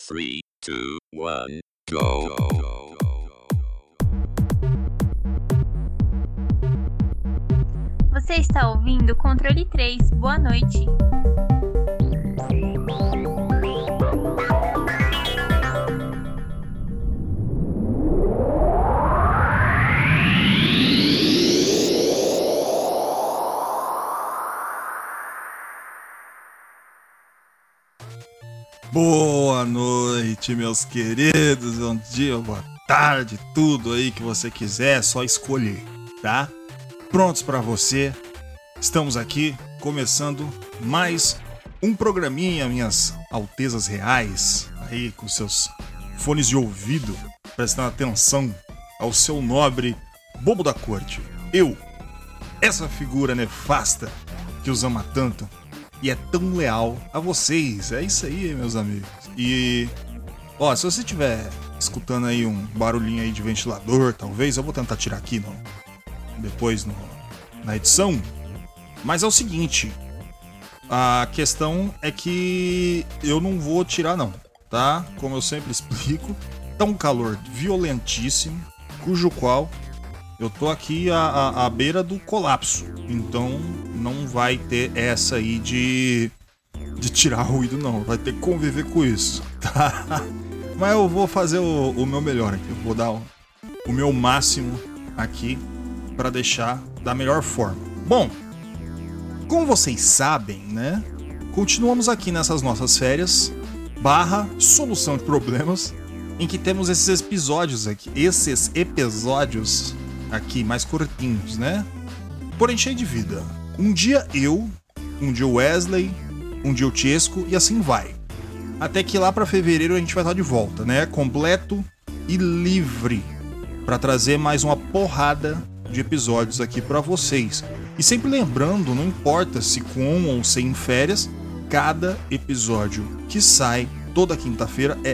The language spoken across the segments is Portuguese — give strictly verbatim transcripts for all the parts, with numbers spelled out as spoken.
three, two, one, go. Você está ouvindo Controle três. Boa noite. Boa noite, meus queridos. Bom dia, boa tarde, tudo aí que você quiser, é só escolher, tá? Prontos pra você? Estamos aqui começando mais um programinha, minhas altezas reais, aí com seus fones de ouvido, prestando atenção ao seu nobre bobo da corte. Eu, essa figura nefasta que os ama tanto e é tão leal a vocês. É isso aí, meus amigos. E, ó, se você estiver escutando aí um barulhinho aí de ventilador, talvez, eu vou tentar tirar aqui no, depois no, na edição. Mas é o seguinte, a questão é que eu não vou tirar não, tá? Como eu sempre explico, tá um calor violentíssimo, cujo qual eu tô aqui à, à, à beira do colapso. Então não vai ter essa aí de, de tirar ruído não, vai ter que conviver com isso, tá? Mas eu vou fazer o, o meu melhor aqui, eu vou dar o, o meu máximo aqui para deixar da melhor forma. Bom, como vocês sabem, né? Continuamos aqui nessas nossas férias barra solução de problemas, em que temos esses episódios aqui, esses episódios aqui mais curtinhos, né? Porém cheio de vida. Um dia eu, um dia o Wesley, um dia o Chesco e assim vai. Até que lá pra fevereiro a gente vai estar de volta, né? Completo e livre pra trazer mais uma porrada de episódios aqui pra vocês. E sempre lembrando, não importa se com ou sem férias, cada episódio que sai toda quinta-feira é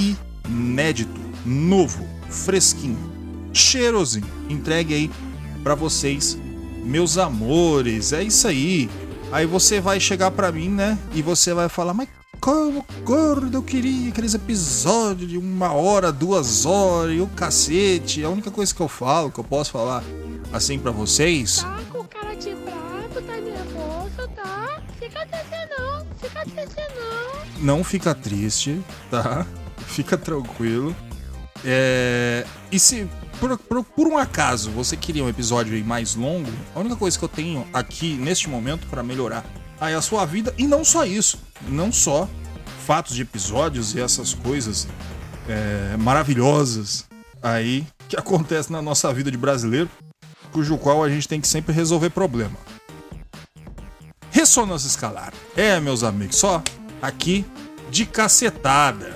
inédito, novo, fresquinho, cheirosinho. Entregue aí pra vocês, meus amores. É isso aí. Aí você vai chegar pra mim, né? E você vai falar, mas como gordo, eu queria aqueles episódios de uma hora, duas horas e o cacete. A única coisa que eu falo, que eu posso falar assim pra vocês... Tá com cara de bravo, tá nervoso, tá? Fica triste não, fica triste não. Não fica triste, tá? Fica tranquilo. É... E se por, por, por um acaso você queria um episódio aí mais longo, a única coisa que eu tenho aqui neste momento pra melhorar aí a sua vida, e não só isso, não só fatos de episódios e essas coisas é, maravilhosas aí que acontecem na nossa vida de brasileiro, cujo qual a gente tem que sempre resolver problema. Ressonância escalar. É, meus amigos, só aqui de cacetada.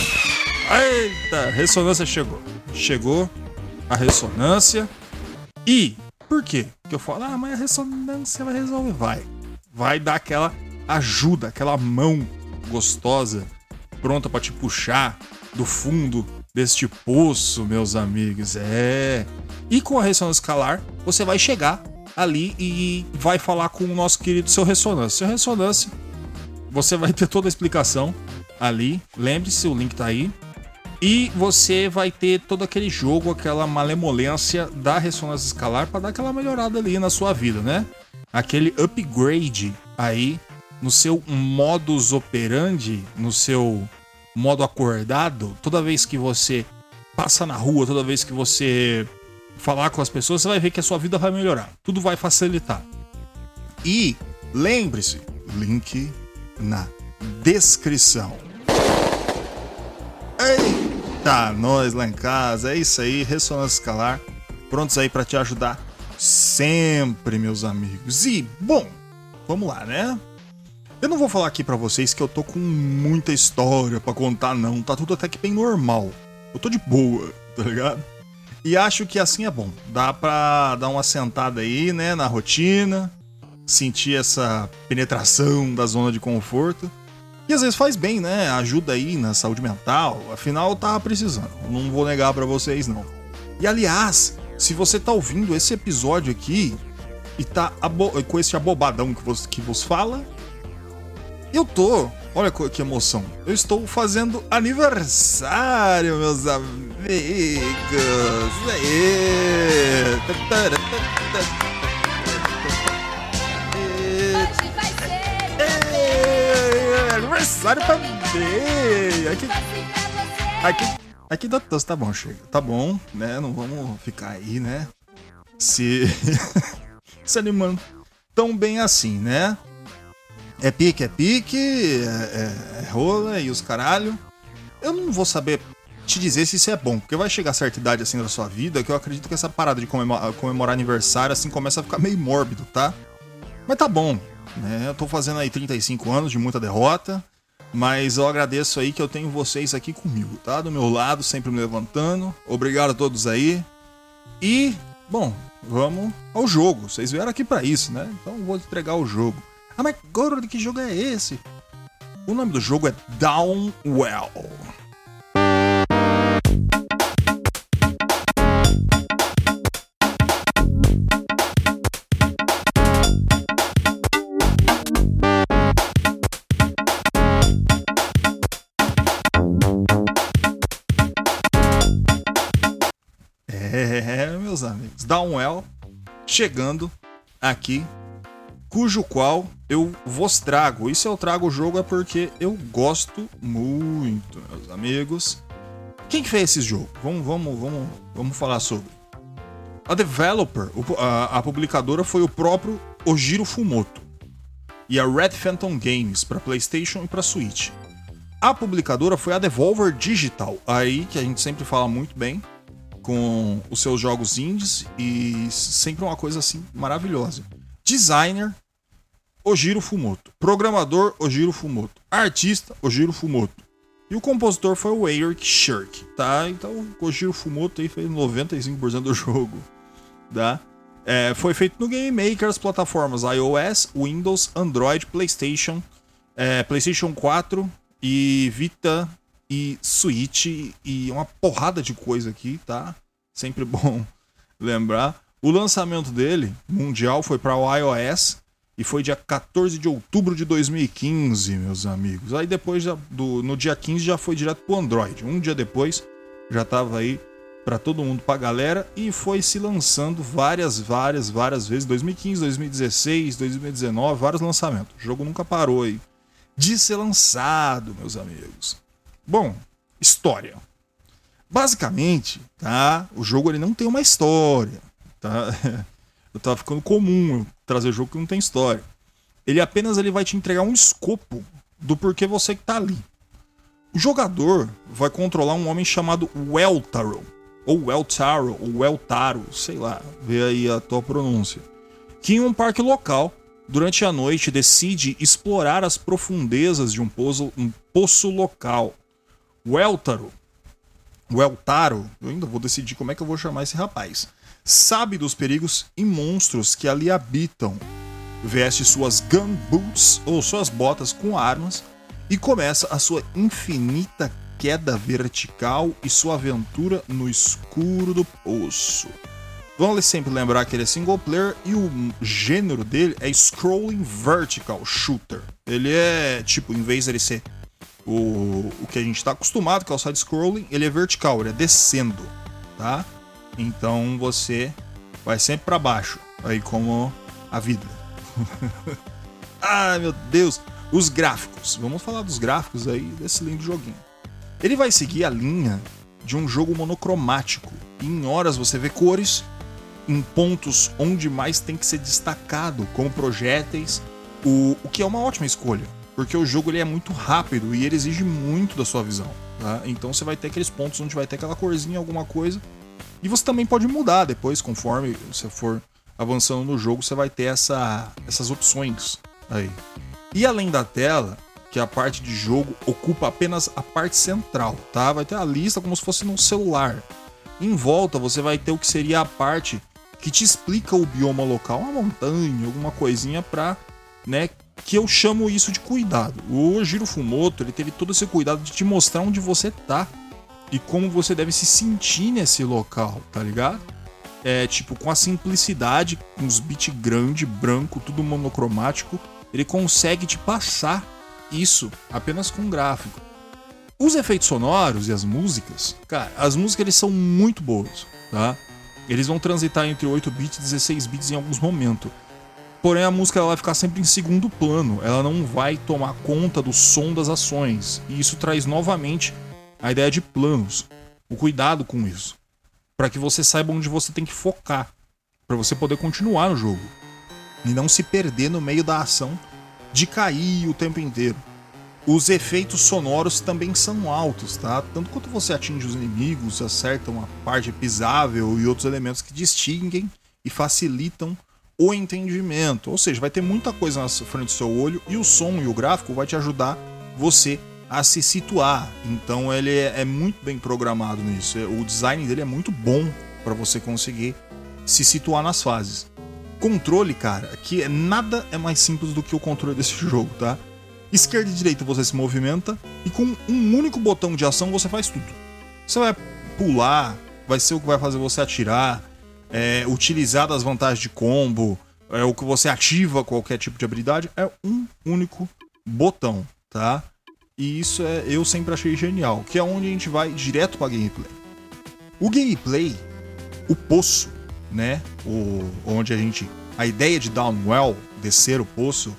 Eita, ressonância chegou. Chegou a ressonância. E por quê? Porque eu falo, ah, mas a ressonância vai resolver. Vai. Vai dar aquela ajuda, aquela mão gostosa, pronta pra te puxar do fundo deste poço, meus amigos. É. E com a ressonância escalar, você vai chegar ali e vai falar com o nosso querido seu ressonância. Seu ressonância, você vai ter toda a explicação ali. Lembre-se, o link tá aí. E você vai ter todo aquele jogo, aquela malemolência da ressonância escalar para dar aquela melhorada ali na sua vida, né? Aquele upgrade aí no seu modus operandi, no seu modo acordado. Toda vez que você passa na rua, toda vez que você falar com as pessoas, você vai ver que a sua vida vai melhorar. Tudo vai facilitar. E lembre-se, link na descrição. Eita, nós lá em casa, é isso aí, ressonância escalar, prontos aí pra te ajudar sempre, meus amigos. E, bom, vamos lá, né? Eu não vou falar aqui pra vocês que eu tô com muita história pra contar, não. Tá tudo até que bem normal. Eu tô de boa, tá ligado? E acho que assim é bom. Dá pra dar uma sentada aí, né, na rotina, sentir essa penetração da zona de conforto. E às vezes faz bem, né? Ajuda aí na saúde mental. Afinal, eu tava precisando. Não vou negar pra vocês, não. E aliás, se você tá ouvindo esse episódio aqui e tá abo- com esse abobadão que vos, que vos fala, Eu tô, olha que emoção, eu estou fazendo aniversário, meus amigos. Aê! Hoje vai ser Aê! Aniversário também! Aqui, aqui, aqui da Tosse, tá bom, chega. Tá bom, né? Não vamos ficar aí, né? Se, se animando tão bem assim, né? É pique, é pique, é, é, é rola e os caralho. Eu não vou saber te dizer se isso é bom, porque vai chegar a certa idade assim da sua vida que eu acredito que essa parada de comemorar, comemorar aniversário assim começa a ficar meio mórbido, tá? Mas tá bom, né? Eu tô fazendo aí trinta e cinco anos de muita derrota, mas eu agradeço aí que eu tenho vocês aqui comigo, tá? Do meu lado, sempre me levantando. Obrigado a todos aí. E, bom, vamos ao jogo. Vocês vieram aqui pra isso, né? Então eu vou entregar o jogo. Ah, mas Goro, que jogo é esse? O nome do jogo é Downwell. É, meus amigos, Downwell chegando aqui, cujo qual eu vos trago. E se eu trago o jogo é porque eu gosto muito, meus amigos. Quem que fez esse jogo? Vamos, vamos, vamos, vamos falar sobre. A developer, a, a publicadora foi o próprio Ojiro Fumoto e a Red Phantom Games para PlayStation e para Switch. A publicadora foi a Devolver Digital, aí que a gente sempre fala muito bem com os seus jogos indies e sempre uma coisa assim maravilhosa. Designer Ojiro Fumoto, programador Ojiro Fumoto, artista Ojiro Fumoto e o compositor foi o Eric Shirk, tá? Então o Ojiro Fumoto aí fez noventa e cinco por cento do jogo, tá? É, foi feito no Game Maker, as plataformas iOS, Windows, Android, PlayStation, é, PlayStation quatro e Vita e Switch e uma porrada de coisa aqui, tá? Sempre bom lembrar. O lançamento dele, mundial, foi para o iOS e foi dia quatorze de outubro de dois mil e quinze, meus amigos. Aí depois, já, do, no dia quinze, já foi direto pro Android. Um dia depois, já tava aí para todo mundo, pra galera, e foi se lançando várias, várias, várias vezes. dois mil e quinze, dois mil e dezesseis, dois mil e dezenove, vários lançamentos. O jogo nunca parou aí de ser lançado, meus amigos. Bom, história. Basicamente, tá? O jogo ele não tem uma história, tá? Eu tava ficando comum trazer jogo que não tem história. Ele apenas ele vai te entregar um escopo do porquê você que tá ali. O jogador vai controlar um homem chamado Weltaro, ou Weltaro, ou Weltaro, sei lá, vê aí a tua pronúncia, que em um parque local, durante a noite, decide explorar as profundezas de um poço, um poço local. Weltaro, Weltaro, eu ainda vou decidir como é que eu vou chamar esse rapaz, sabe dos perigos e monstros que ali habitam, veste suas gumboots, ou suas botas com armas, e começa a sua infinita queda vertical e sua aventura no escuro do poço. Vamos sempre lembrar que ele é single player e o gênero dele é Scrolling Vertical Shooter. Ele é, tipo, em vez de ele ser o, o que a gente está acostumado, que é o side-scrolling, ele é vertical, ele é descendo, tá? Então você vai sempre para baixo, aí como a vida. Ai, meu Deus! Os gráficos. Vamos falar dos gráficos aí desse lindo joguinho. Ele vai seguir a linha de um jogo monocromático. Em horas você vê cores em pontos onde mais tem que ser destacado, como projéteis, o, o que é uma ótima escolha, porque o jogo ele é muito rápido e ele exige muito da sua visão, tá? Então você vai ter aqueles pontos onde vai ter aquela corzinha, alguma coisa, e você também pode mudar depois, conforme você for avançando no jogo, você vai ter essa, essas opções aí. E além da tela, que a parte de jogo ocupa apenas a parte central, tá? Vai ter a lista como se fosse num celular. Em volta você vai ter o que seria a parte que te explica o bioma local, uma montanha, alguma coisinha pra, né, que eu chamo isso de cuidado. O Ojiro Fumoto, ele teve todo esse cuidado de te mostrar onde você tá e como você deve se sentir nesse local, tá ligado? É, tipo, com a simplicidade, com os bits grande, branco, tudo monocromático, ele consegue te passar Isso apenas com gráfico. Os efeitos sonoros e as músicas, cara, as músicas eles são muito boas, tá? Eles vão transitar entre oito bits e dezesseis bits em alguns momentos. Porém, a música ela vai ficar sempre em segundo plano. Ela não vai tomar conta do som das ações. E isso traz novamente a ideia de planos. O cuidado com isso. Para que você saiba onde você tem que focar. Para você poder continuar no jogo. E não se perder no meio da ação de cair o tempo inteiro. Os efeitos sonoros também são altos, tá? Tanto quanto você atinge os inimigos, acerta uma parte pisável e outros elementos que distinguem e facilitam o entendimento. Ou seja, vai ter muita coisa na frente do seu olho e o som e o gráfico vai te ajudar você a se situar. Então ele é muito bem programado nisso. O design dele é muito bom para você conseguir se situar nas fases. Controle, cara, que nada é mais simples do que o controle desse jogo, tá? Esquerda e direita você se movimenta e com um único botão de ação você faz tudo. Você vai pular, vai ser o que vai fazer você atirar, é, utilizar das vantagens de combo, é o que você ativa qualquer tipo de habilidade, é um único botão, tá? E isso é, eu sempre achei genial, que é onde a gente vai direto para gameplay. O gameplay, o poço, né? O, onde a gente, a ideia de downwell, descer o poço,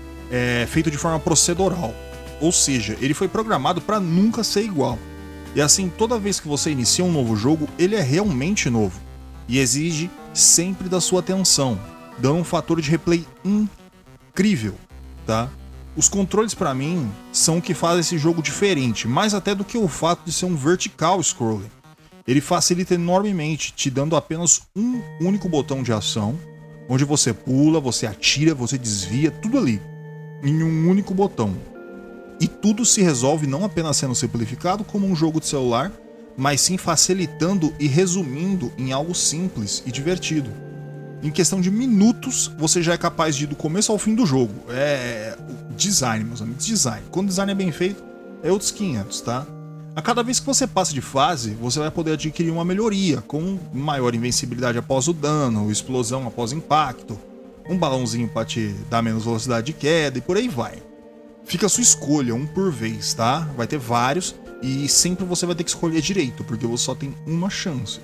é feito de forma procedural, ou seja, ele foi programado para nunca ser igual. E assim, toda vez que você inicia um novo jogo, ele é realmente novo e exige sempre da sua atenção, dando um fator de replay incrível, tá? Os controles para mim são o que faz esse jogo diferente, mais até do que o fato de ser um vertical scrolling. Ele facilita enormemente, te dando apenas um único botão de ação, onde você pula, você atira, você desvia, tudo ali em um único botão. E tudo se resolve não apenas sendo simplificado como um jogo de celular, mas sim facilitando e resumindo em algo simples e divertido. Em questão de minutos, você já é capaz de ir do começo ao fim do jogo. É design, meus amigos, design. Quando o design é bem feito, é outros quinhentos, tá? A cada vez que você passa de fase, você vai poder adquirir uma melhoria, com maior invencibilidade após o dano, explosão após impacto, um balãozinho para te dar menos velocidade de queda e por aí vai. Fica a sua escolha, um por vez, tá? Vai ter vários e sempre você vai ter que escolher direito, porque você só tem uma chance.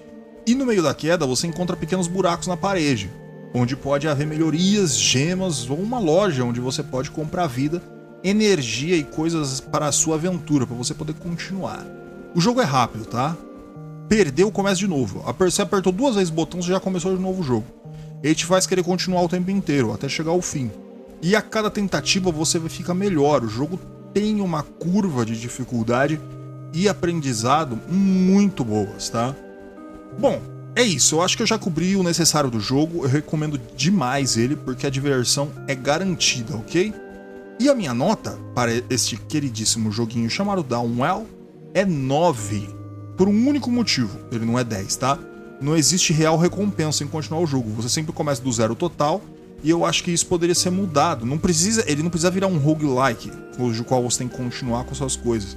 E no meio da queda você encontra pequenos buracos na parede, onde pode haver melhorias, gemas ou uma loja onde você pode comprar vida, energia e coisas para a sua aventura, para você poder continuar. O jogo é rápido, tá? Perdeu, começa de novo. Você apertou duas vezes o botão, você já começou de novo o jogo. Ele te faz querer continuar o tempo inteiro, até chegar ao fim. E a cada tentativa você fica melhor. O jogo tem uma curva de dificuldade e aprendizado muito boas, tá? Bom, é isso. Eu acho que eu já cobri o necessário do jogo. Eu recomendo demais ele, porque a diversão é garantida, ok? E a minha nota para este queridíssimo joguinho chamado Downwell é nove. Por um único motivo. Ele não é dez, tá? Não existe real recompensa em continuar o jogo. Você sempre começa do zero total. E eu acho que isso poderia ser mudado. Não precisa, ele não precisa virar um roguelike, cujo qual você tem que continuar com suas coisas.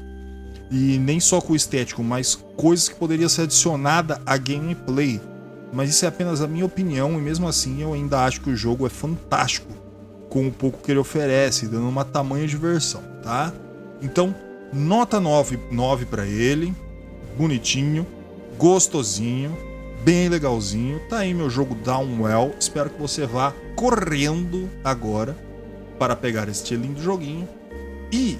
E nem só com o estético, mas coisas que poderiam ser adicionadas à gameplay. Mas isso é apenas a minha opinião, e mesmo assim eu ainda acho que o jogo é fantástico, com o pouco que ele oferece, dando uma tamanha diversão, tá? Então, nota nove, nove para ele, bonitinho, gostosinho, bem legalzinho. Tá aí meu jogo Downwell. Espero que você vá correndo agora para pegar este lindo joguinho. E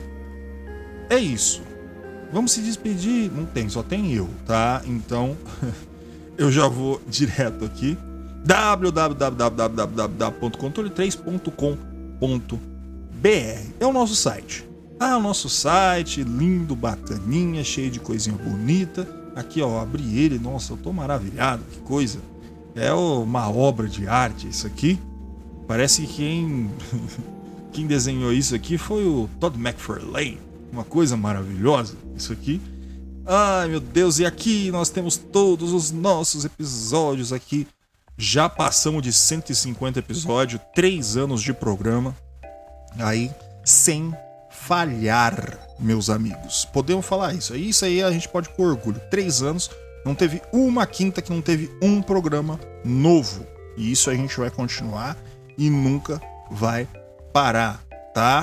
é isso. Vamos se despedir? Não tem, só tem eu, tá? Então eu já vou direto aqui. w w w w ponto controle três ponto com ponto b r é o nosso site. Ah, o nosso site, lindo, bacaninha, cheio de coisinha bonita. Aqui, ó, abri ele, nossa, eu tô maravilhado, que coisa. É uma obra de arte isso aqui. Parece que quem, quem desenhou isso aqui foi o Todd McFarlane. Uma coisa maravilhosa isso aqui. Ai, meu Deus, e aqui nós temos todos os nossos episódios aqui. Já passamos de cento e cinquenta episódios, três anos de programa. Aí, sem falhar, meus amigos. Podemos falar isso. Isso aí a gente pode com orgulho. Três anos, não teve uma quinta que não teve um programa novo. E isso a gente vai continuar e nunca vai parar, tá?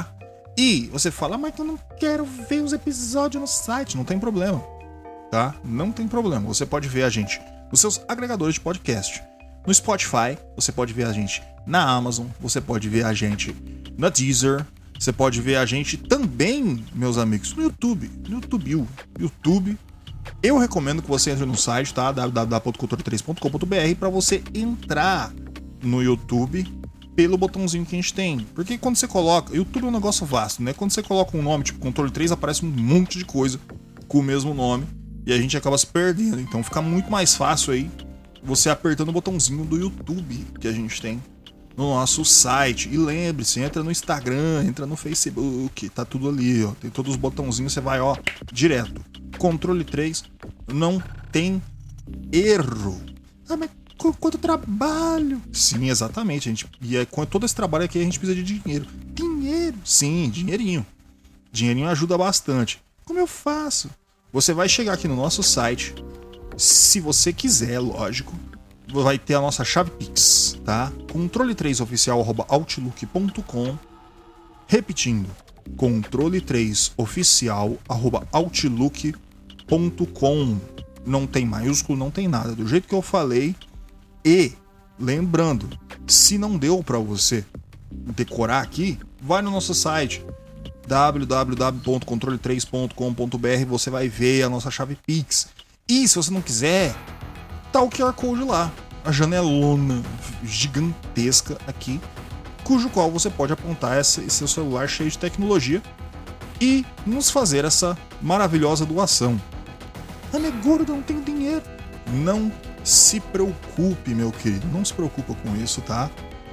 E você fala, mas eu não quero ver os episódios no site. Não tem problema, tá? Não tem problema. Você pode ver a gente nos seus agregadores de podcast. No Spotify, você pode ver a gente na Amazon, você pode ver a gente na Deezer, você pode ver a gente também, meus amigos, no YouTube. No YouTube. YouTube. Eu recomendo que você entre no site, tá? w w w ponto controle três ponto com ponto b r para você entrar no YouTube pelo botãozinho que a gente tem. Porque quando você coloca... YouTube é um negócio vasto, né? Quando você coloca um nome tipo Controle três, aparece um monte de coisa com o mesmo nome e a gente acaba se perdendo. Então fica muito mais fácil aí você apertando o botãozinho do YouTube que a gente tem no nosso site. E lembre-se, entra no Instagram, entra no Facebook, tá tudo ali, ó. Tem todos os botãozinhos, você vai, ó, direto. Controle três, não tem erro. Ah, mas quanto trabalho. Sim, exatamente, a gente, e é, com todo esse trabalho aqui a gente precisa de dinheiro. Dinheiro? Sim, dinheirinho. Dinheirinho ajuda bastante. Como eu faço? Você vai chegar aqui no nosso site, se você quiser, lógico, vai ter a nossa chave Pix, tá? controle três oficial arroba outlook ponto com. Repetindo, controle três oficial arroba outlook ponto com. Não tem maiúsculo, não tem nada, do jeito que eu falei. E, lembrando, se não deu para você decorar aqui, vai no nosso site w w w ponto controle três ponto com ponto b r, você vai ver a nossa chave Pix. E se você não quiser, tá o Q R Code lá, a janelona gigantesca aqui, cujo qual você pode apontar esse, esse seu celular cheio de tecnologia e nos fazer essa maravilhosa doação. Ah, meu gordo, não tenho dinheiro. Não se preocupe, meu querido, não se preocupa com isso, tá?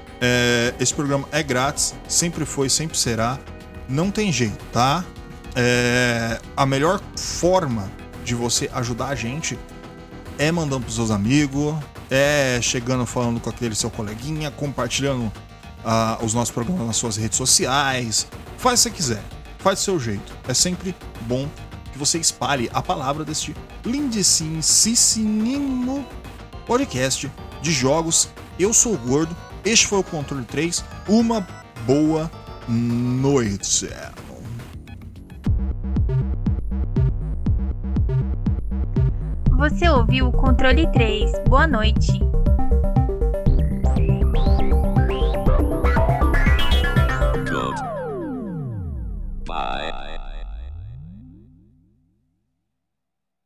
É, esse programa é grátis, sempre foi, sempre será, não tem jeito, tá? É, a melhor forma de você ajudar a gente é mandando pros seus amigos, é chegando falando com aquele seu coleguinha, compartilhando uh, os nossos programas nas suas redes sociais. Faz o que você quiser, faz do seu jeito. É sempre bom que você espalhe a palavra deste lindíssimo podcast de jogos. Eu sou o Gordo, este foi o Controle três, uma boa noite. Você ouviu o Controle três. Boa noite.